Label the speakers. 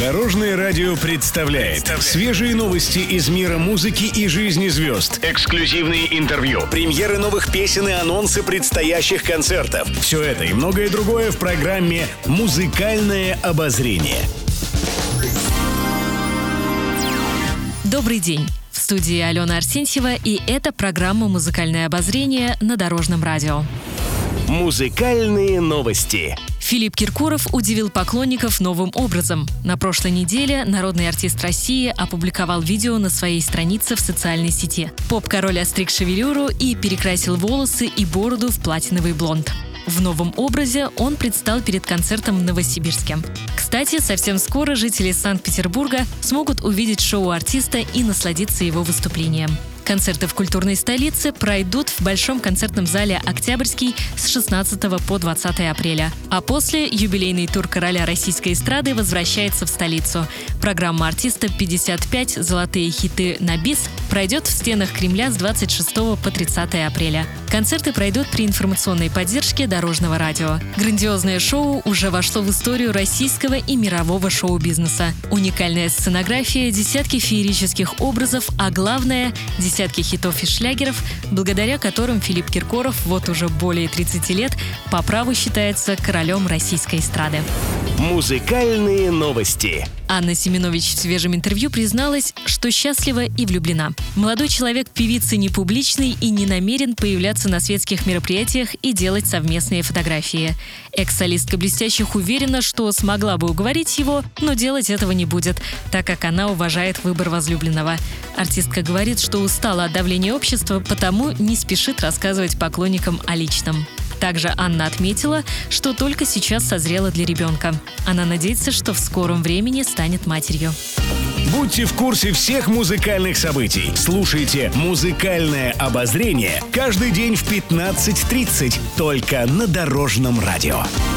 Speaker 1: Дорожное радио представляет свежие новости из мира музыки и жизни звезд. Эксклюзивные интервью, премьеры новых песен и анонсы предстоящих концертов. Все это и многое другое в программе «Музыкальное обозрение».
Speaker 2: Добрый день! В студии Алена Арсентьева, и это программа «Музыкальное обозрение» на Дорожном радио.
Speaker 1: Музыкальные новости.
Speaker 2: Филипп Киркоров удивил поклонников новым образом. На прошлой неделе народный артист России опубликовал видео на своей странице в социальной сети. Поп-король остриг шевелюру и перекрасил волосы и бороду в платиновый блонд. В новом образе он предстал перед концертом в Новосибирске. Кстати, совсем скоро жители Санкт-Петербурга смогут увидеть шоу артиста и насладиться его выступлением. Концерты в культурной столице пройдут в Большом концертном зале «Октябрьский» с 16 по 20 апреля. А после юбилейный тур короля российской эстрады возвращается в столицу. Программа артиста «55. Золотые хиты на бис» пройдет в стенах Кремля с 26 по 30 апреля. Концерты пройдут при информационной поддержке Дорожного радио. Грандиозное шоу уже вошло в историю российского и мирового шоу-бизнеса. Уникальная сценография, десятки феерических образов, а главное – десятки хитов и шлягеров, благодаря которым Филипп Киркоров вот уже более 30 лет по праву считается королем российской эстрады.
Speaker 1: Музыкальные новости.
Speaker 2: Анна Семенович в свежем интервью призналась, что счастлива и влюблена. Молодой человек певицы не публичный и не намерен появляться на светских мероприятиях и делать совместные фотографии. Экс-солистка «Блестящих» уверена, что смогла бы уговорить его, но делать этого не будет, так как она уважает выбор возлюбленного. Артистка говорит, что устала от давления общества, потому не спешит рассказывать поклонникам о личном. Также Анна отметила, что только сейчас созрела для ребенка. Она надеется, что в скором времени станет матерью.
Speaker 1: Будьте в курсе всех музыкальных событий. Слушайте «Музыкальное обозрение» каждый день в 15:30 только на Дорожном радио.